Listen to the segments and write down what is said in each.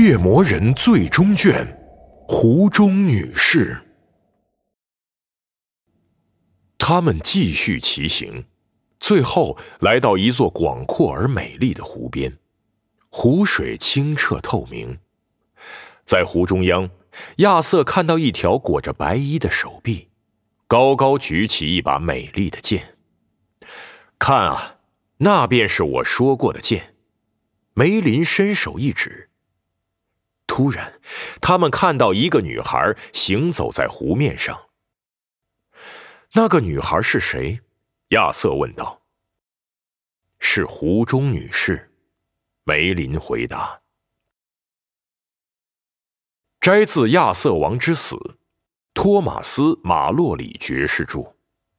夜魔人最终卷，湖中女士。他们继续骑行，最后来到一座广阔而美丽的湖边，湖水清澈透明。在湖中央，亚瑟看到一条裹着白衣的手臂，高高举起一把美丽的剑。看啊，那便是我说过的剑。梅林伸手一指。突然，他们看到一个女孩行走在湖面上。那个女孩是谁？亚瑟问道。是湖中女士，梅林回答。摘自《亚瑟王之死》，托马斯·马洛里爵士著。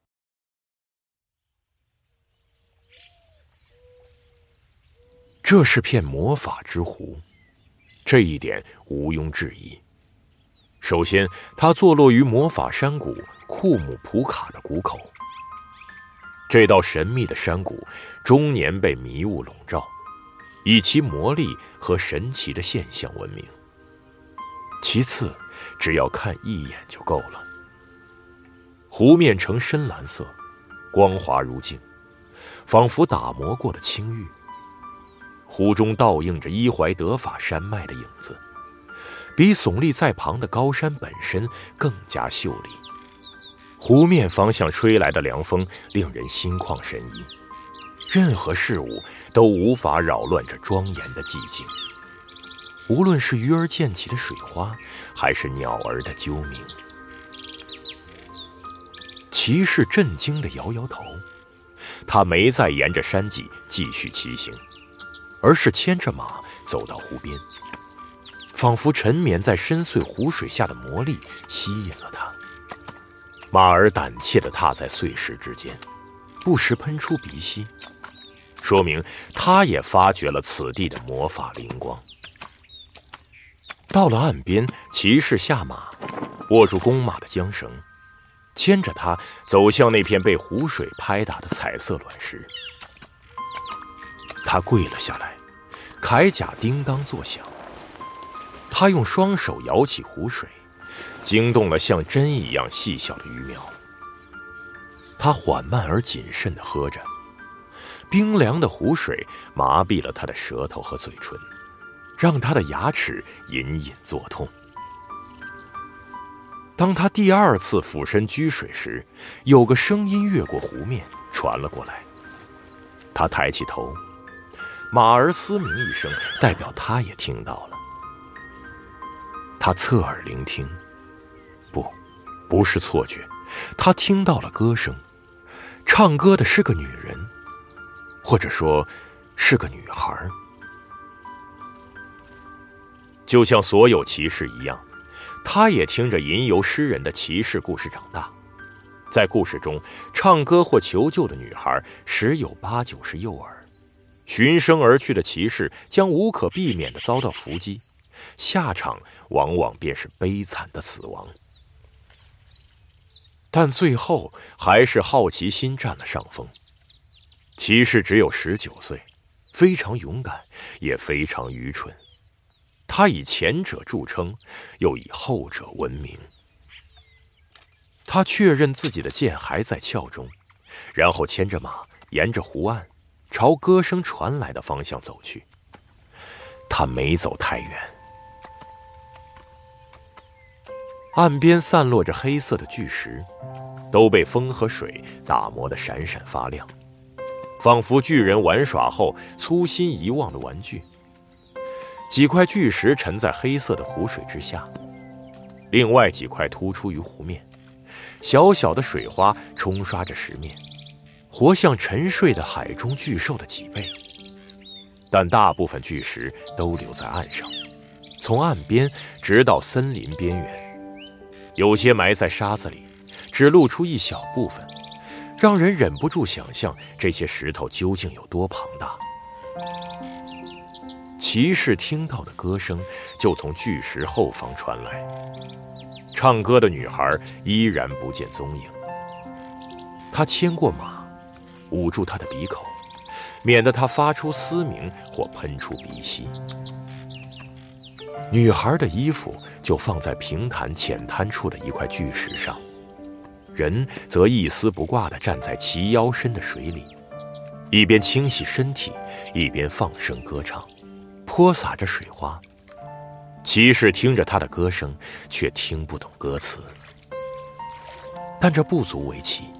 这是片魔法之湖，这一点毋庸置疑。首先，它坐落于魔法山谷库姆普卡的谷口。这道神秘的山谷终年被迷雾笼罩，以其魔力和神奇的现象闻名。其次，只要看一眼就够了。湖面呈深蓝色，光滑如镜，仿佛打磨过的青玉。湖中倒映着伊怀德法山脉的影子，比耸立在旁的高山本身更加秀丽。湖面方向吹来的凉风令人心旷神怡，任何事物都无法扰乱这庄严的寂静。无论是鱼儿溅起的水花，还是鸟儿的啾鸣。骑士震惊地摇摇头，他没再沿着山脊继续骑行，而是牵着马走到湖边，仿佛沉眠在深邃湖水下的魔力吸引了他。马儿胆怯地踏在碎石之间，不时喷出鼻息，说明他也发觉了此地的魔法灵光。到了岸边，骑士下马，握住弓马的缰绳，牵着它走向那片被湖水拍打的彩色卵石。他跪了下来，铠甲叮当作响。他用双手摇起湖水，惊动了像针一样细小的鱼苗。他缓慢而谨慎地喝着，冰凉的湖水麻痹了他的舌头和嘴唇，让他的牙齿隐隐作痛。当他第二次俯身掬水时，有个声音越过湖面传了过来。他抬起头，马儿嘶鸣一声，代表他也听到了。他侧耳聆听，不是错觉，他听到了歌声，唱歌的是个女人，或者说是个女孩。就像所有骑士一样，他也听着吟游诗人的骑士故事长大。在故事中，唱歌或求救的女孩十有八九是诱饵，循声而去的骑士将无可避免地遭到伏击，下场往往便是悲惨的死亡。但最后还是好奇心占了上风。骑士只有19岁，非常勇敢，也非常愚蠢。他以前者著称，又以后者闻名。他确认自己的剑还在鞘中，然后牵着马沿着湖岸朝歌声传来的方向走去。他没走太远，岸边散落着黑色的巨石，都被风和水打磨得闪闪发亮，仿佛巨人玩耍后粗心遗忘的玩具。几块巨石沉在黑色的湖水之下，另外几块突出于湖面，小小的水花冲刷着石面，活像沉睡的海中巨兽的脊背。但大部分巨石都留在岸上，从岸边直到森林边缘，有些埋在沙子里，只露出一小部分，让人忍不住想象这些石头究竟有多庞大。骑士听到的歌声就从巨石后方传来，唱歌的女孩依然不见踪影。他牵过马，捂住她的鼻口，免得她发出嘶鸣或喷出鼻息。 女孩的衣服就放在平坦浅滩处的一块巨石上，人则一丝不挂地站在齐腰深的水里，一边清洗身体，一边放声歌唱，泼洒着水花。骑士听着他的歌声，却听不懂歌词，但这不足为奇。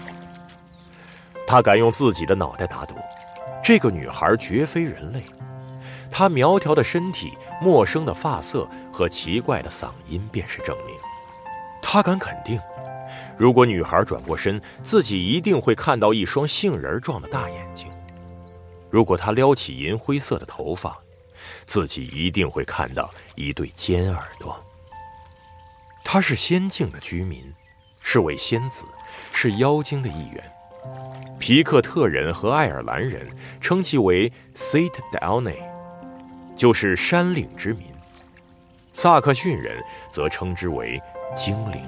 他敢用自己的脑袋打赌，这个女孩绝非人类。她苗条的身体、陌生的发色和奇怪的嗓音便是证明。他敢肯定，如果女孩转过身，自己一定会看到一双杏仁状的大眼睛；如果她撩起银灰色的头发，自己一定会看到一对尖耳朵。她是仙境的居民，是位仙子，是妖精的一员。皮克特人和爱尔兰人称其为 Saint Downe， 就是山岭之民；萨克逊人则称之为精灵。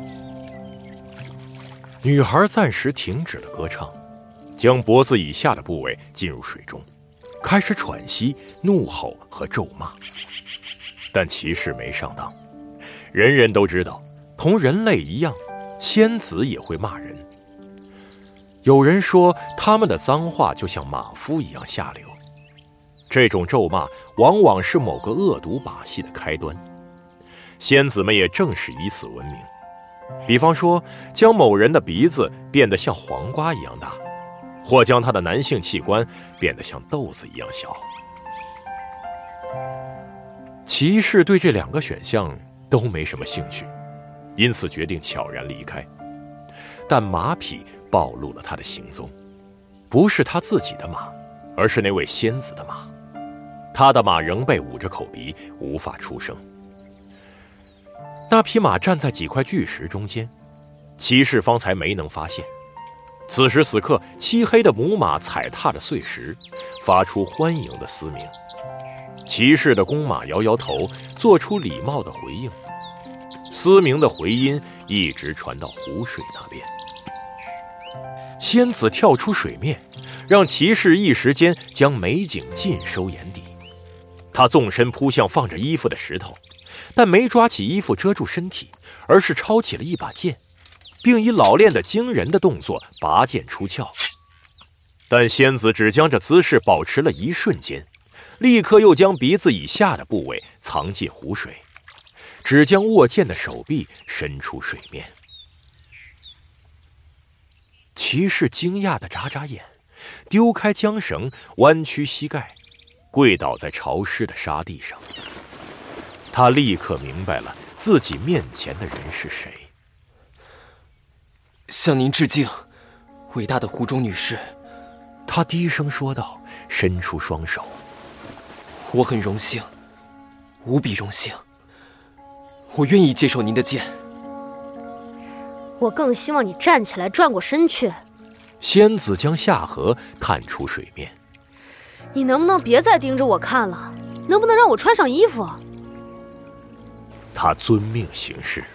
女孩暂时停止了歌唱，将脖子以下的部位进入水中，开始喘息、怒吼和咒骂。但骑士没上当，人人都知道，同人类一样，仙子也会骂人。有人说，他们的脏话就像马夫一样下流。这种咒骂往往是某个恶毒把戏的开端，仙子们也正是以此闻名。比方说，将某人的鼻子变得像黄瓜一样大，或将他的男性器官变得像豆子一样小。骑士对这两个选项都没什么兴趣，因此决定悄然离开。但马匹暴露了他的行踪，不是他自己的马，而是那位仙子的马。他的马仍被捂着口鼻，无法出声。那匹马站在几块巨石中间，骑士方才没能发现。此时此刻，漆黑的母马踩踏着碎石，发出欢迎的嘶鸣。骑士的公马摇摇头，做出礼貌的回应。嘶鸣的回音一直传到湖水那边。仙子跳出水面，让骑士一时间将美景尽收眼底。他纵身扑向放着衣服的石头，但没抓起衣服遮住身体，而是抄起了一把剑，并以老练的惊人的动作拔剑出鞘。但仙子只将这姿势保持了一瞬间，立刻又将鼻子以下的部位藏进湖水，只将握剑的手臂伸出水面。骑士惊讶地眨眨眼，丢开缰绳，弯曲膝盖，跪倒在潮湿的沙地上。他立刻明白了自己面前的人是谁。 向您致敬，伟大的湖中女士。 他低声说道，伸出双手。 我很荣幸，无比荣幸。我愿意接受您的剑。 我更希望你站起来，转过身去。 仙子将下颌探出水面。 你能不能别再盯着我看了？能不能让我穿上衣服？ 他遵命行事。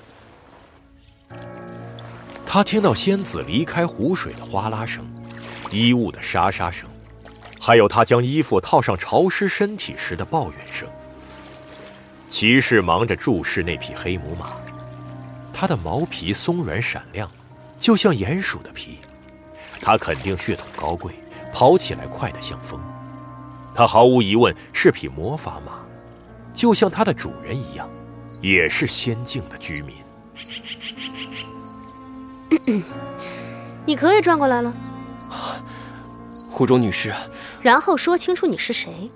他听到仙子离开湖水的哗啦声，衣物的沙沙声，还有他将衣服套上潮湿身体时的抱怨声。骑士忙着注视那匹黑母马，它的毛皮松软闪亮，就像鼹鼠的皮。它肯定血统高贵，跑起来快得像风。它毫无疑问是匹魔法马，就像它的主人一样，也是仙境的居民。 你可以转过来了。 湖中女士， 然后说清楚你是谁。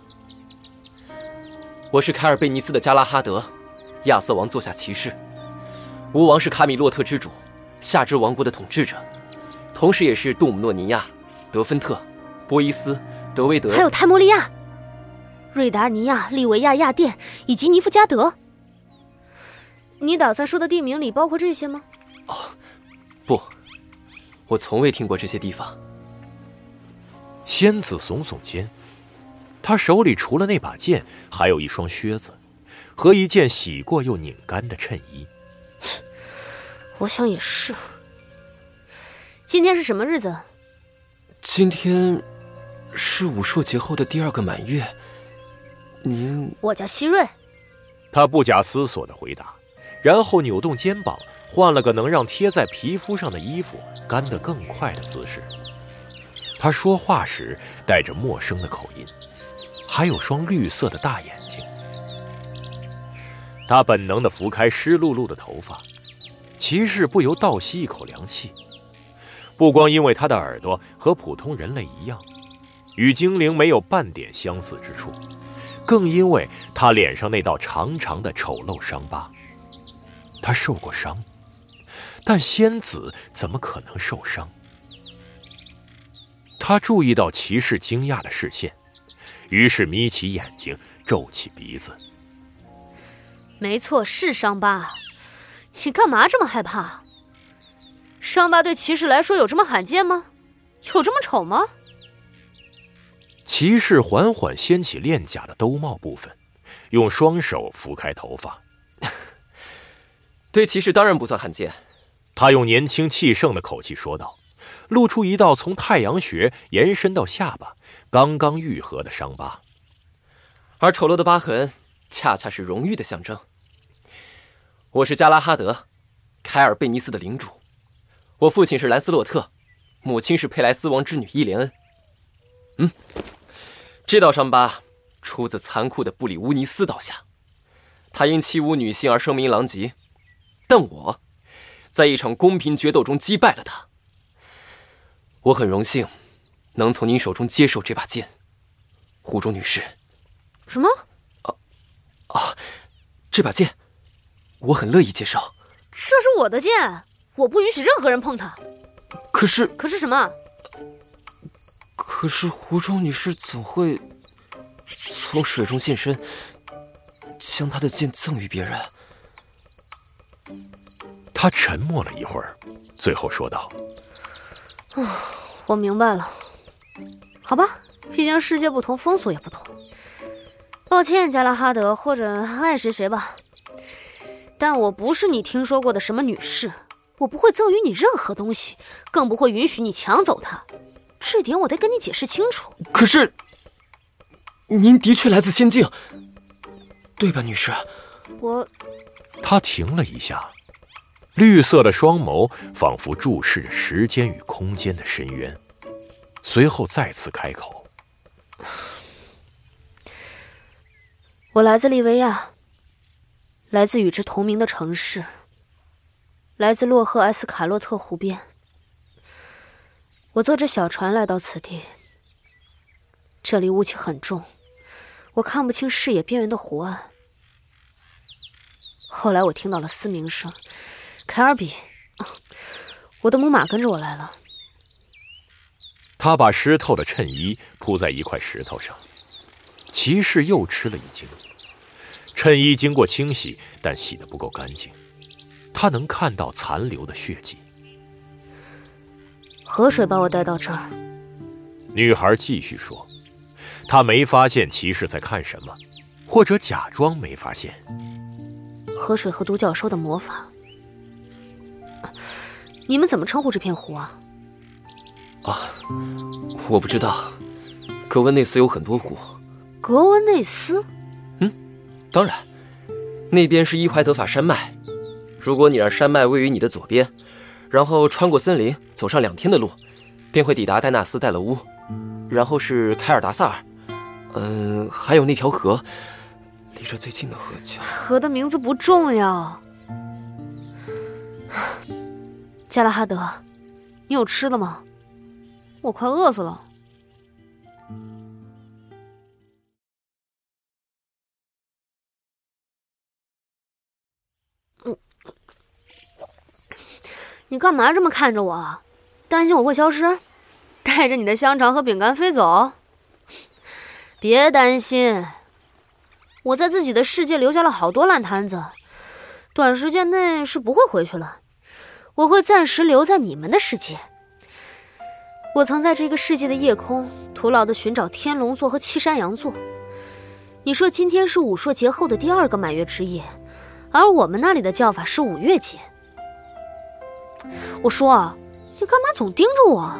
我是凯尔贝尼斯的加拉哈德，亚瑟王座下骑士。吴王是卡米洛特之主，夏之王国的统治者，同时也是杜姆诺尼亚、德芬特、波伊斯、德维德， 还有泰莫利亚、瑞达尼亚、利维亚、亚甸以及尼夫加德。你打算说的地名里包括这些吗？ 哦，不，我从未听过这些地方。 仙子耸耸肩，他手里除了那把剑，还有一双靴子，和一件洗过又拧干的衬衣。 我想也是。今天是什么日子？ 今天是武硕节后的第2个满月。您…… 我叫希瑞。 他不假思索地回答，然后扭动肩膀，换了个能让贴在皮肤上的衣服干得更快的姿势。他说话时带着陌生的口音，还有双绿色的大眼睛。他本能地拂开湿漉漉的头发，骑士不由倒吸一口凉气。不光因为他的耳朵和普通人类一样，与精灵没有半点相似之处，更因为他脸上那道长长的丑陋伤疤。他受过伤，但仙子怎么可能受伤？他注意到骑士惊讶的视线，于是眯起眼睛，皱起鼻子。 没错，是伤疤。你干嘛这么害怕？伤疤对骑士来说有这么罕见吗？有这么丑吗？ 骑士缓缓掀起链甲的兜帽部分，用双手拂开头发。 对骑士当然不算罕见。 他用年轻气盛的口气说道，露出一道从太阳穴延伸到下巴刚刚愈合的伤疤。 而丑陋的疤痕恰恰是荣誉的象征。我是加拉哈德，凯尔贝尼斯的领主。我父亲是兰斯洛特，母亲是佩莱斯王之女伊莲恩。这道伤疤出自残酷的布里乌尼斯刀下，他因欺侮女性而声名狼藉，但我在一场公平决斗中击败了他。我很荣幸能从您手中接受这把剑，湖中女士。 什么？ 这把剑我很乐意接受。 这是我的剑，我不允许任何人碰它。 可是什么？ 可是湖中女士怎会从水中现身，将她的剑赠予别人？ 他沉默了一会儿，最后说道： 我明白了。好吧，毕竟世界不同，风俗也不同。抱歉，加拉哈德，或者爱谁谁吧。但我不是你听说过的什么女士，我不会赠予你任何东西，更不会允许你抢走它。这点我得跟你解释清楚。 可是，您的确来自仙境，对吧，女士？ 他停了一下，绿色的双眸仿佛注视着时间与空间的深渊，随后再次开口： 我来自利维亚，来自与之同名的城市，来自洛赫埃斯卡洛特湖边。我坐着小船来到此地，这里雾气很重，我看不清视野边缘的湖岸。后来我听到了嘶鸣声，凯尔比，我的母马跟着我来了。 他把湿透的衬衣铺在一块石头上，骑士又吃了一惊。衬衣经过清洗，但洗得不够干净，他能看到残留的血迹。 河水把我带到这儿。 女孩继续说，她没发现骑士在看什么，或者假装没发现。 河水和独角兽的魔法。你们怎么称呼这片湖啊？ 我不知道，格温内斯有很多湖。 格温内斯？ 当然，那边是伊怀德法山脉。如果你让山脉位于你的左边，然后穿过森林，走上2天的路，便会抵达戴纳斯戴勒乌，然后是凯尔达萨尔。还有那条河，离这最近的河叫…… 河的名字不重要。加拉哈德，你有吃的吗？我快饿死了。你干嘛这么看着我？担心我会消失，带着你的香肠和饼干飞走？别担心，我在自己的世界留下了好多烂摊子，短时间内是不会回去了。我会暂时留在你们的世界。我曾在这个世界的夜空徒劳地寻找天龙座和七山羊座。你说今天是武硕节后的第2个满月之夜，而我们那里的叫法是5月节。我说啊，你干嘛总盯着我？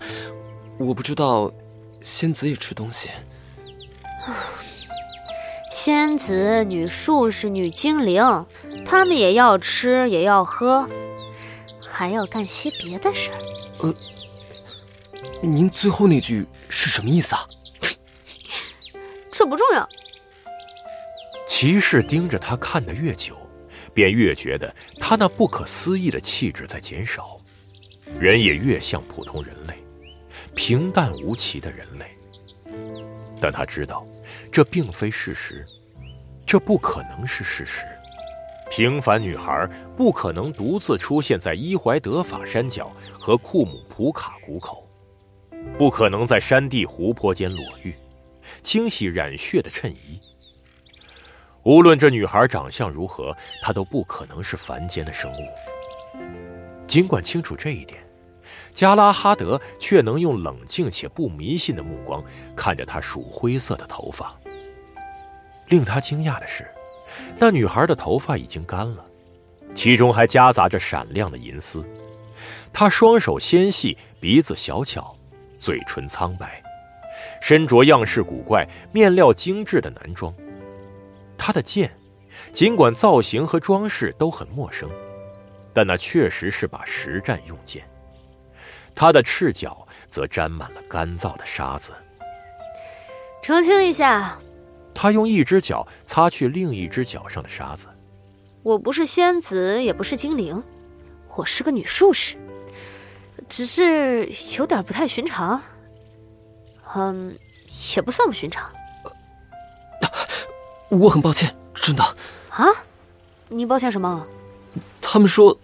我不知道仙子也吃东西。 仙子、女术士、女精灵，他们也要吃，也要喝，还要干些别的事儿。 您最后那句是什么意思啊？ 这不重要。 骑士盯着他看得越久，便越觉得他那不可思议的气质在减少，人也越像普通人类，平淡无奇的人类。但他知道，这并非事实，这不可能是事实。平凡女孩不可能独自出现在伊怀德法山脚和库姆普卡谷口，不可能在山地湖泊间裸浴，清洗染血的衬衣。无论这女孩长相如何，她都不可能是凡间的生物。尽管清楚这一点，加拉哈德却能用冷静且不迷信的目光看着她鼠灰色的头发。令他惊讶的是，那女孩的头发已经干了，其中还夹杂着闪亮的银丝。她双手纤细，鼻子小巧，嘴唇苍白，身着样式古怪、面料精致的男装。她的剑，尽管造型和装饰都很陌生，但那确实是把实战用剑。她的赤脚则沾满了干燥的沙子。 澄清一下， 他用一只脚擦去另一只脚上的沙子。 我不是仙子，也不是精灵，我是个女术士，只是有点不太寻常。也不算不寻常。 我很抱歉，真的。 啊？你抱歉什么？ 他们说，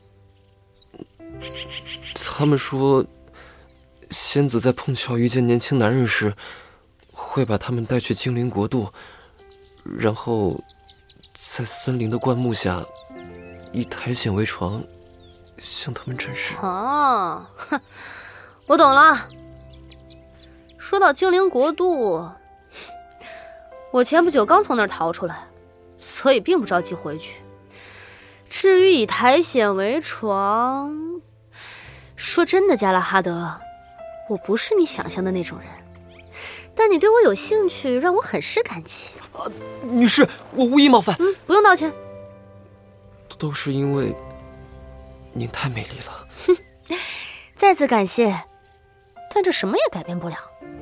仙子在碰巧遇见年轻男人时，会把他们带去精灵国度，然后在森林的灌木下以苔藓为床，向他们展示。 哦，我懂了。说到精灵国度，我前不久刚从那儿逃出来，所以并不着急回去。至于以苔藓为床，说真的，加拉哈德，我不是你想象的那种人，但你对我有兴趣，让我很是感激。 女士，我无意冒犯。 不用道歉。 都是因为您太美丽了。 再次感谢，但这什么也改变不了。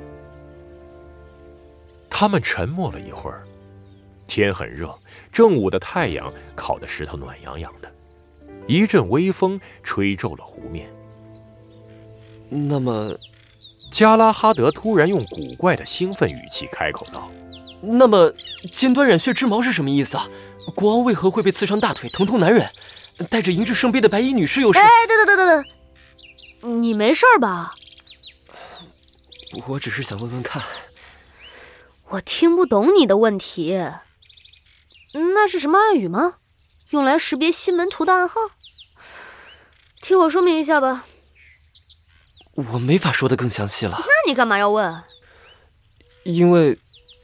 他们沉默了一会儿，天很热，正午的太阳烤得石头暖洋洋的，一阵微风吹皱了湖面。 那么， 加拉哈德突然用古怪的兴奋语气开口道：“ 那么，尖端染血之矛是什么意思啊？国王为何会被刺伤大腿，疼痛难忍？带着银质圣杯的白衣女士又是…… 等，你没事吧？ 我只是想问问看。 我听不懂你的问题。那是什么暗语吗？用来识别新门徒的暗号？听我说明一下吧。 我没法说得更详细了。 那你干嘛要问？ 因为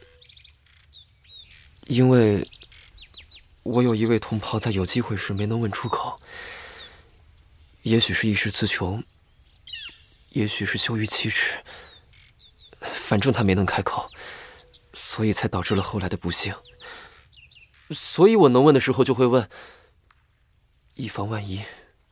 我有一位同袍在有机会时没能问出口，也许是一时词穷，也许是羞于启齿，反正他没能开口，所以才导致了后来的不幸。所以我能问的时候就会问，以防万一。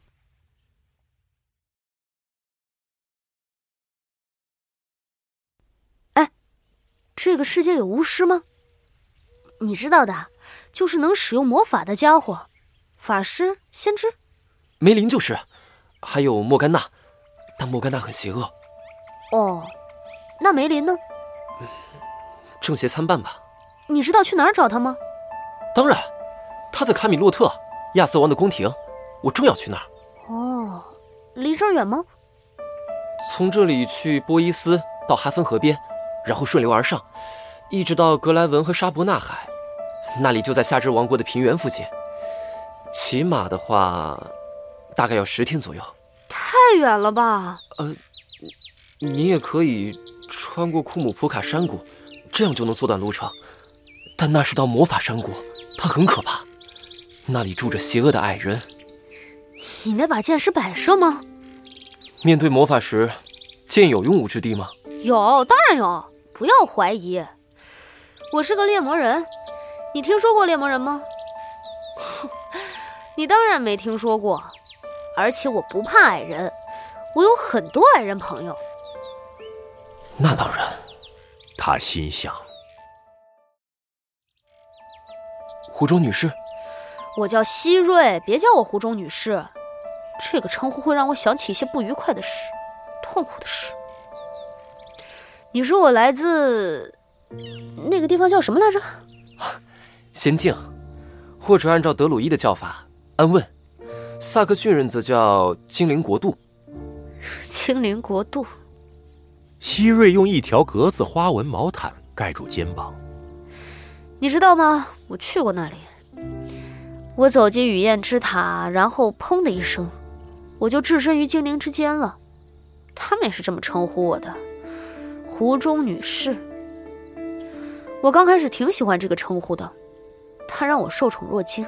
这个世界有巫师吗？你知道的，就是能使用魔法的家伙，法师、先知。 梅林就是，还有莫甘娜，但莫甘娜很邪恶。 哦，那梅林呢？ 正邪参半吧。 你知道去哪儿找他吗？ 当然，他在卡米洛特，亚瑟王的宫廷，我正要去那儿。 哦，离这儿远吗？ 从这里去波伊斯到哈芬河边，然后顺流而上，一直到格莱文和沙伯纳海，那里就在夏之王国的平原附近。骑马的话，大概要10天左右。 太远了吧？ 你也可以穿过库姆普卡山谷，这样就能缩短路程。但那是到魔法山谷，它很可怕，那里住着邪恶的矮人。 你那把剑是摆设吗？ 面对魔法时，剑有用武之地吗？ 有，当然有，不要怀疑。 我是个猎魔人，你听说过猎魔人吗？你当然没听说过，而且我不怕矮人，我有很多矮人朋友。 那当然， 他心想。 湖中女士， 我叫希瑞，别叫我湖中女士，这个称呼会让我想起一些不愉快的事，痛苦的事。你说我来自那个地方叫什么来着？ 仙境，或者按照德鲁伊的叫法，安问。萨克逊人则叫精灵国度。 精灵国度。 希瑞用一条格子花纹毛毯盖住肩膀。 你知道吗？我去过那里。我走进雨燕之塔，然后砰的一声，我就置身于精灵之间了。他们也是这么称呼我的，湖中女士。我刚开始挺喜欢这个称呼的，它让我受宠若惊。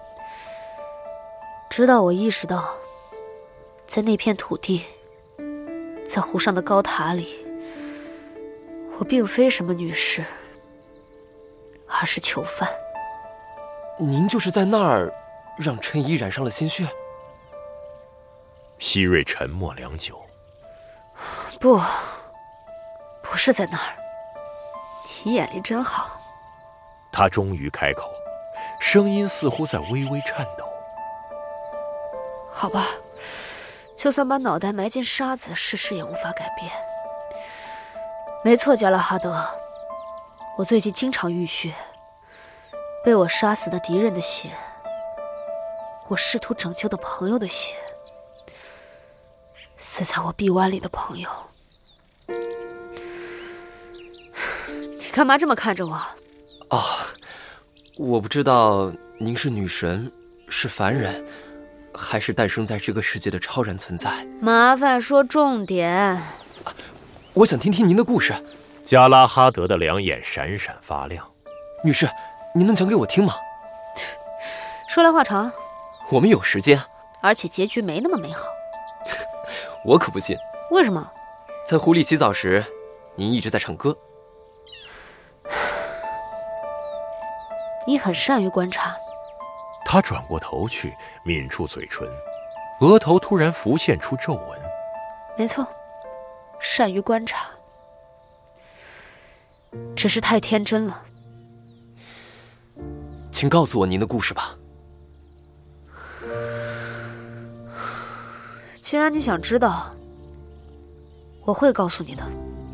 直到我意识到，在那片土地，在湖上的高塔里，我并非什么女士，而是囚犯。 您就是在那儿让衬衣染上了鲜血？ 希瑞沉默良久。 不是在那儿。你眼力真好。 他终于开口，声音似乎在微微颤抖。 好吧，就算把脑袋埋进沙子，事实也无法改变。没错，加拉哈德，我最近经常浴血，被我杀死的敌人的血，我试图拯救的朋友的血，死在我臂弯里的朋友。你干嘛这么看着我？ 哦，我不知道您是女神，是凡人，还是诞生在这个世界的超然存在。 麻烦说重点。 我想听听您的故事。 加拉哈德的两眼闪闪发亮。 女士，您能讲给我听吗？ 说来话长。 我们有时间， 而且结局没那么美好。 我可不信。 为什么？ 在湖里洗澡时，您一直在唱歌。 你很善于观察。 他转过头去，抿住嘴唇，额头突然浮现出皱纹。 没错，善于观察，只是太天真了。 请告诉我您的故事吧。 既然你想知道，我会告诉你的。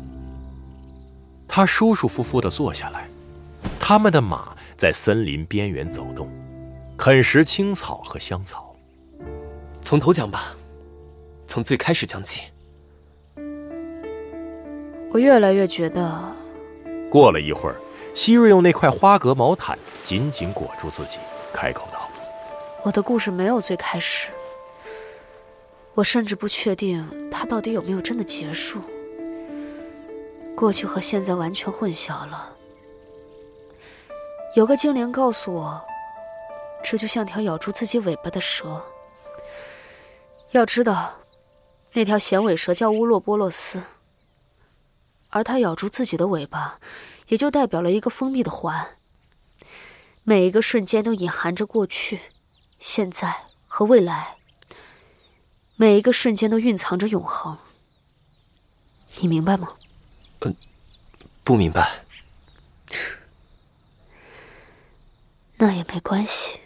他舒舒服服地坐下来，他们的马在森林边缘走动，啃食青草和香草。 从头讲吧，从最开始讲起。 我越来越觉得…… 过了一会儿，希瑞用那块花格毛毯紧紧裹住自己，开口道：“ 我的故事没有最开始，我甚至不确定它到底有没有真的结束。过去和现在完全混淆了。有个精灵告诉我，这就像条咬住自己尾巴的蛇。要知道，那条衔尾蛇叫乌洛波洛斯，而它咬住自己的尾巴，也就代表了一个封闭的环。每一个瞬间都隐含着过去、现在和未来，每一个瞬间都蕴藏着永恒。你明白吗？ 不明白。 那也没关系。